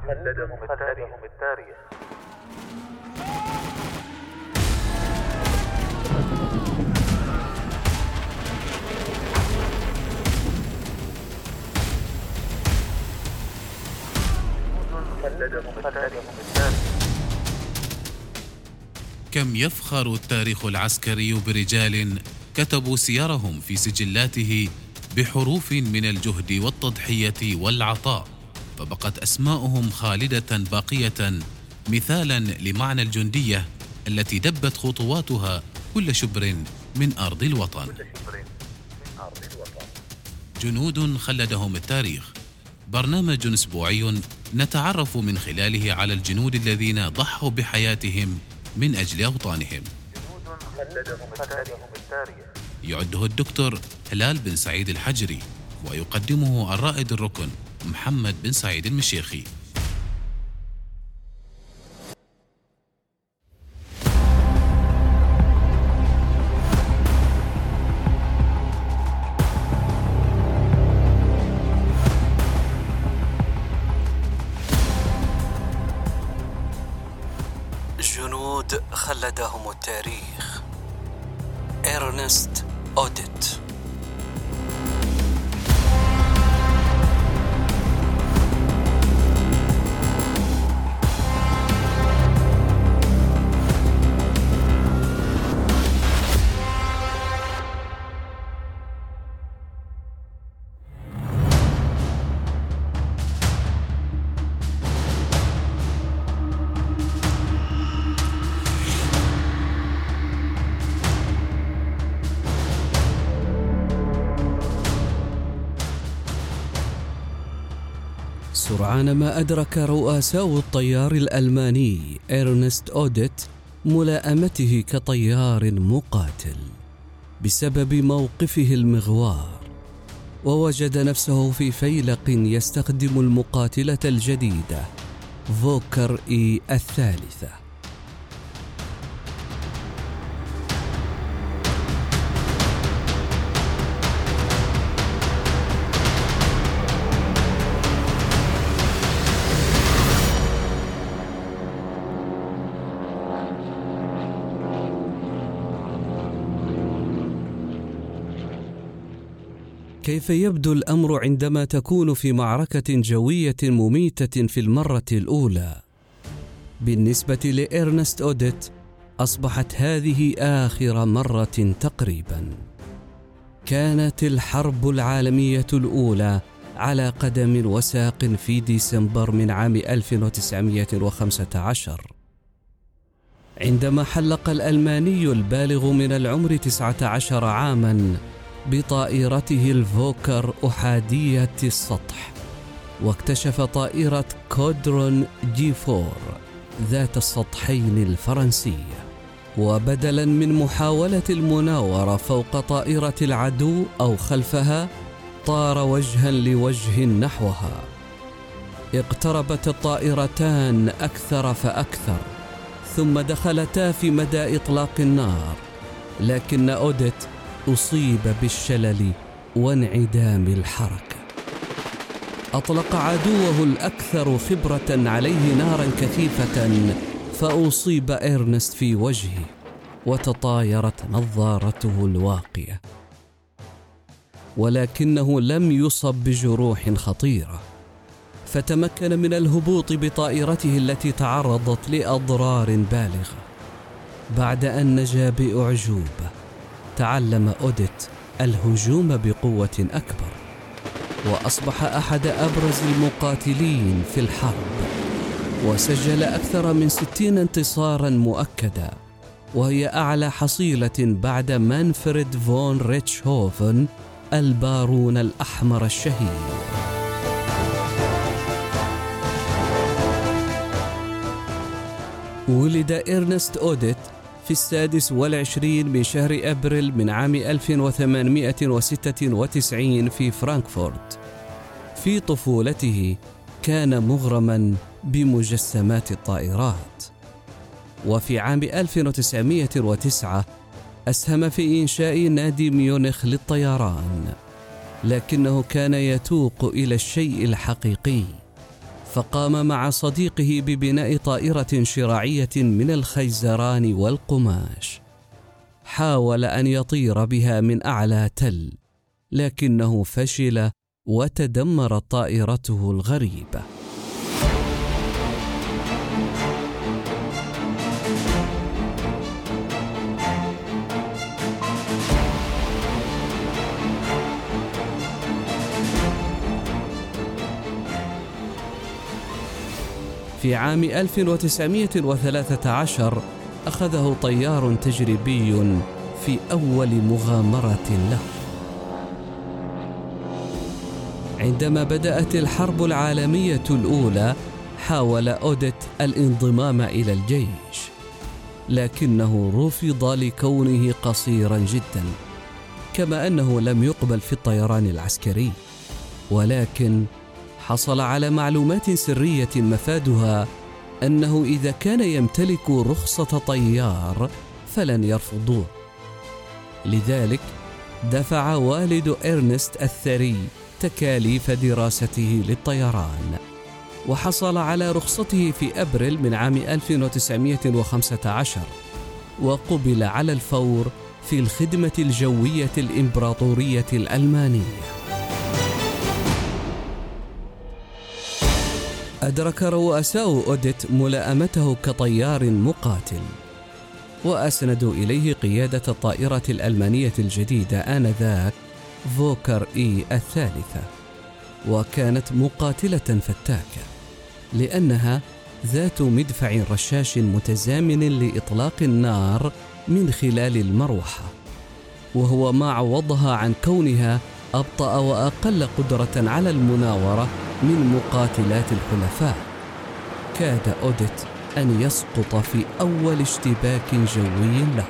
خلدهم التاريخ. كم يفخر التاريخ العسكري برجال كتبوا سيرهم في سجلاته بحروف من الجهد والتضحية والعطاء، فبقت أسماؤهم خالدة باقية مثالا لمعنى الجندية التي دبت خطواتها كل شبر من أرض الوطن. جنود خلدهم التاريخ، برنامج أسبوعي نتعرف من خلاله على الجنود الذين ضحوا بحياتهم من أجل أوطانهم. يعده الدكتور هلال بن سعيد الحجري، ويقدمه الرائد الركن محمد بن سعيد المشيخي. جنود خلدهم التاريخ. إرنست أوديت. سرعان ما أدرك رؤساء الطيار الألماني إرنست أوديت ملائمته كطيار مقاتل بسبب موقفه المغوار، ووجد نفسه في فيلق يستخدم المقاتلة الجديدة فوكر إي الثالثة. كيف يبدو الأمر عندما تكون في معركة جوية مميتة في المرة الأولى؟ بالنسبة لإرنست أوديت أصبحت هذه آخر مرة تقريبا. كانت الحرب العالمية الأولى على قدم وساق في ديسمبر من عام 1915، عندما حلق الألماني البالغ من العمر 19 عاما بطائرته الفوكر أحادية السطح، واكتشف طائرة كودرون G4 ذات السطحين الفرنسية، وبدلا من محاولة المناورة فوق طائرة العدو أو خلفها، طار وجها لوجه نحوها. اقتربت الطائرتان أكثر فأكثر، ثم دخلتا في مدى إطلاق النار، لكن أوديت أصيب بالشلل وانعدام الحركة. أطلق عدوه الأكثر خبرة عليه نارا كثيفة، فأصيب إرنست في وجهه وتطايرت نظارته الواقية، ولكنه لم يصب بجروح خطيرة، فتمكن من الهبوط بطائرته التي تعرضت لأضرار بالغة. بعد أن نجا بأعجوبة، تعلم أوديت الهجوم بقوة أكبر، وأصبح أحد أبرز المقاتلين في الحرب، وسجل أكثر من 60 انتصارا مؤكدا، وهي أعلى حصيلة بعد مانفريد فون ريتشهوفن البارون الأحمر الشهير. ولد إرنست أوديت في 26 من شهر أبريل من عام 1896 في فرانكفورت. في طفولته كان مغرما بمجسمات الطائرات، وفي عام 1909 أسهم في إنشاء نادي ميونخ للطيران، لكنه كان يتوق إلى الشيء الحقيقي، فقام مع صديقه ببناء طائرة شراعية من الخيزران والقماش. حاول أن يطير بها من أعلى تل، لكنه فشل وتدمرت طائرته الغريبة. في عام 1913 أخذه طيار تجريبي في أول مغامرة له. عندما بدأت الحرب العالمية الأولى حاول أوديت الانضمام إلى الجيش، لكنه رفض لكونه قصيرا جدا، كما أنه لم يقبل في الطيران العسكري، ولكن حصل على معلومات سرية مفادها أنه إذا كان يمتلك رخصة طيار فلن يرفضوه. لذلك دفع والد إرنست الثري تكاليف دراسته للطيران، وحصل على رخصته في أبريل من عام 1915، وقبل على الفور في الخدمة الجوية الإمبراطورية الألمانية. أدرك رؤساء أوديت ملائمته كطيار مقاتل، وأسندوا إليه قيادة الطائرة الألمانية الجديدة آنذاك فوكر إي الثالثة، وكانت مقاتلة فتاكة لأنها ذات مدفع رشاش متزامن لإطلاق النار من خلال المروحة، وهو ما عوضها عن كونها أبطأ وأقل قدرة على المناورة من مقاتلات الحلفاء. كاد أوديت أن يسقط في أول اشتباك جوي له.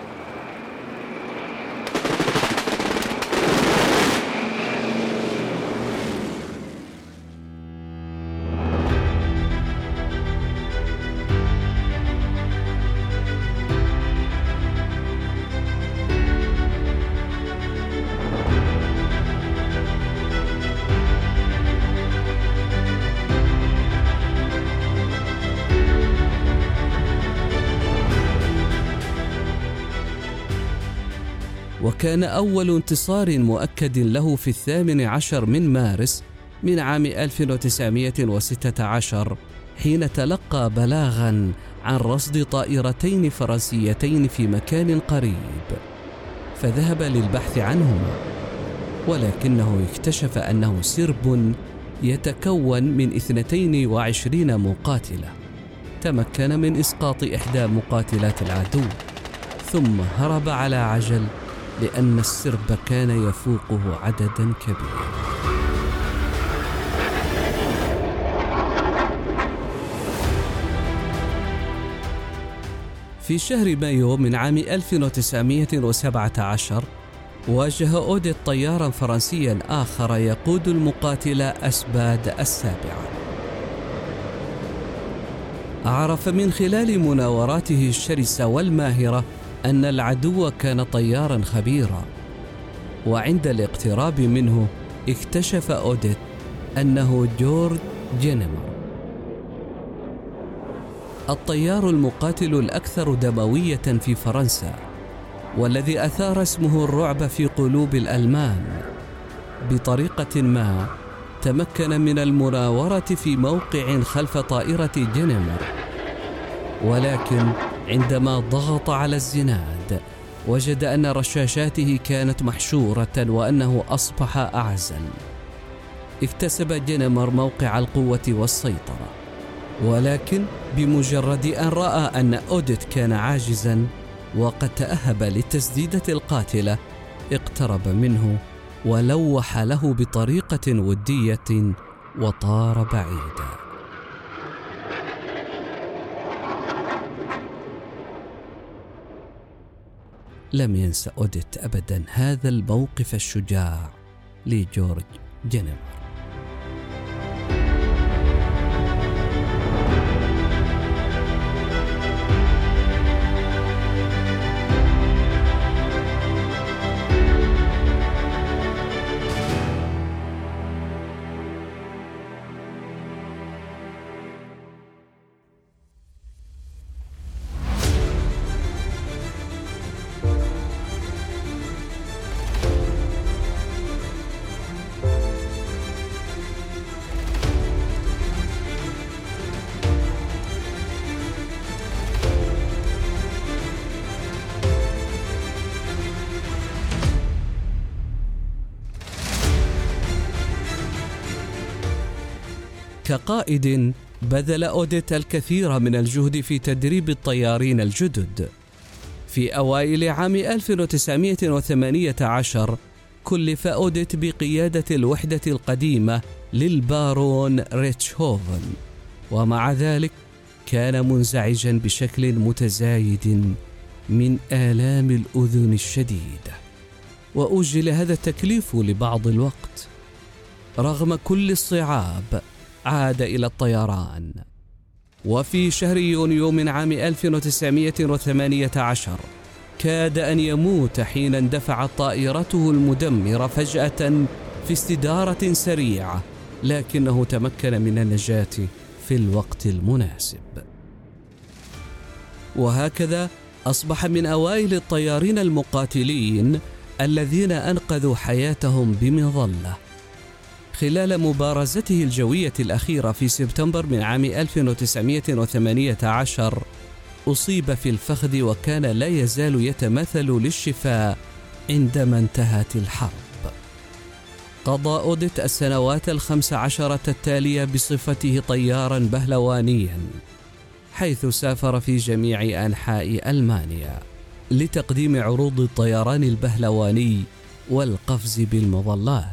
وكان أول انتصار مؤكد له في 18 من مارس من عام 1916، حين تلقى بلاغاً عن رصد طائرتين فرنسيتين في مكان قريب، فذهب للبحث عنهما، ولكنه اكتشف أنه سرب يتكون من 22 مقاتلة. تمكن من إسقاط إحدى مقاتلات العدو، ثم هرب على عجل لأن السرب كان يفوقه عددا كبيرا. في شهر مايو من عام 1917 واجه أوديت طيارا فرنسيا آخر يقود المقاتلة أسباد السابعة. عرف من خلال مناوراته الشرسة والماهرة أن العدو كان طيارا خبيرا، وعند الاقتراب منه اكتشف أوديت أنه جورج جينيمر، الطيار المقاتل الأكثر دموية في فرنسا، والذي أثار اسمه الرعب في قلوب الألمان. بطريقة ما تمكن من المناورة في موقع خلف طائرة جينيمر، ولكن عندما ضغط على الزناد وجد أن رشاشاته كانت محشورة وأنه أصبح أعزل. اكتسب جينيمر موقع القوة والسيطرة، ولكن بمجرد أن رأى أن أوديت كان عاجزا وقد تأهب للتسديدة القاتلة، اقترب منه ولوح له بطريقة ودية وطار بعيدا. لم ينسى أوديت أبدا هذا الموقف الشجاع لجورج جينيمر. كقائد بذل أوديت الكثير من الجهد في تدريب الطيارين الجدد. في أوائل عام 1918 كلف أوديت بقيادة الوحدة القديمة للبارون ريتشهوفن، ومع ذلك كان منزعجا بشكل متزايد من آلام الأذن الشديدة، وأجل هذا التكليف لبعض الوقت. رغم كل الصعاب عاد إلى الطيران، وفي شهر يونيو من عام 1918 كاد أن يموت حين اندفعت طائرته المدمرة فجأة في استدارة سريعة، لكنه تمكن من النجاة في الوقت المناسب. وهكذا أصبح من أوائل الطيارين المقاتلين الذين أنقذوا حياتهم بمظلة. خلال مبارزته الجوية الأخيرة في سبتمبر من عام 1918 أصيب في الفخذ، وكان لا يزال يتمثل للشفاء عندما انتهت الحرب. قضى أوديت السنوات 15 التالية بصفته طياراً بهلوانياً، حيث سافر في جميع أنحاء ألمانيا لتقديم عروض الطيران البهلواني والقفز بالمظلات.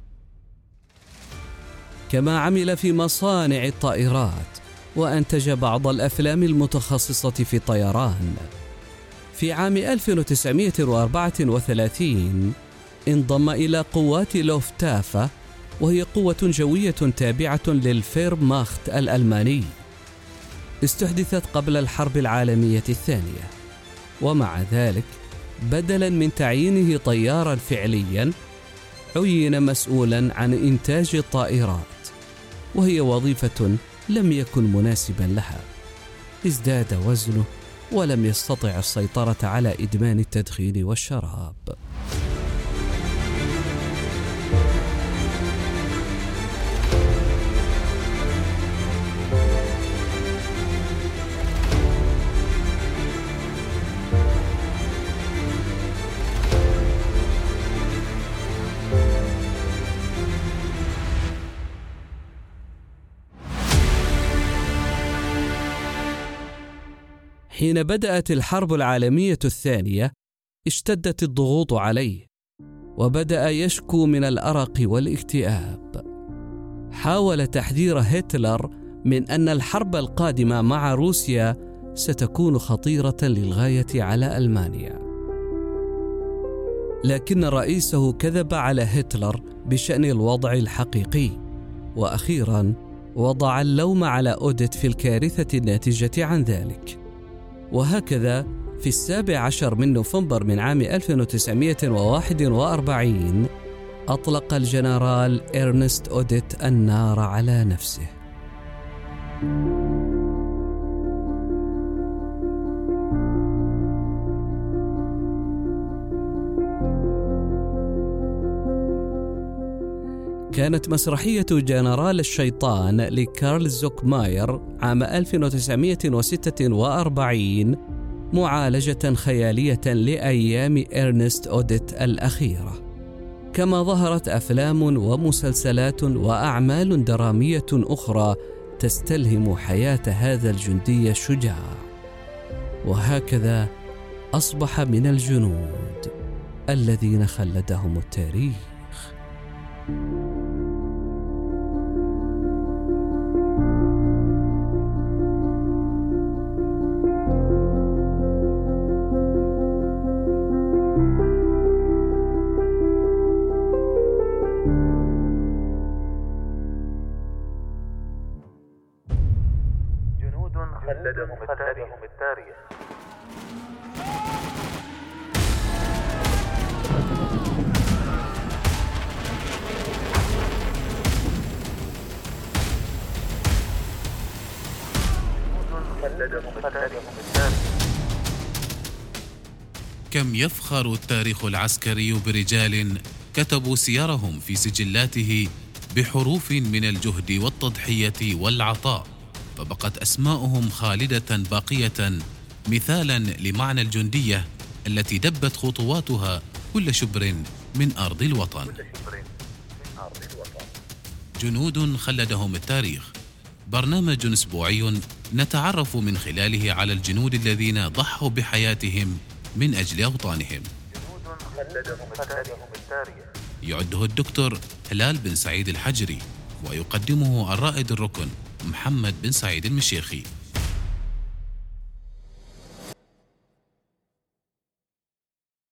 كما عمل في مصانع الطائرات، وأنتج بعض الأفلام المتخصصة في الطيران. في عام 1934 انضم إلى قوات لوفتافا، وهي قوة جوية تابعة للفيرماخت الألماني، استحدثت قبل الحرب العالمية الثانية. ومع ذلك بدلاً من تعيينه طياراً فعلياً، عين مسؤولاً عن إنتاج الطائرات، وهي وظيفة لم يكن مناسباً لها. ازداد وزنه ولم يستطع السيطرة على إدمان التدخين والشراب. حين بدأت الحرب العالمية الثانية اشتدت الضغوط عليه، وبدأ يشكو من الأرق والاكتئاب. حاول تحذير هتلر من أن الحرب القادمة مع روسيا ستكون خطيرة للغاية على ألمانيا، لكن رئيسه كذب على هتلر بشأن الوضع الحقيقي، وأخيراً وضع اللوم على أوديت في الكارثة الناتجة عن ذلك. وهكذا في 17 من نوفمبر من عام 1941 أطلق الجنرال إرنست أوديت النار على نفسه. كانت مسرحية جنرال الشيطان لكارل زوكماير عام 1946 معالجة خيالية لأيام إرنست أوديت الأخيرة، كما ظهرت أفلام ومسلسلات وأعمال درامية أخرى تستلهم حياة هذا الجندي الشجاع. وهكذا أصبح من الجنود الذين خلدهم التاريخ. جنود خلدهم التاريخ. كم يفخر التاريخ العسكري برجال كتبوا سيرهم في سجلاته بحروف من الجهد والتضحية والعطاء، فبقت أسماؤهم خالدة باقية، مثالا لمعنى الجندية التي دبت خطواتها كل شبر من أرض الوطن. جنود خلدهم التاريخ، برنامج أسبوعي نتعرف من خلاله على الجنود الذين ضحوا بحياتهم من أجل أوطانهم. جنود خلدهم التاريخ. يعده الدكتور هلال بن سعيد الحجري، ويقدمه الرائد الركن محمد بن سعيد المشيخي.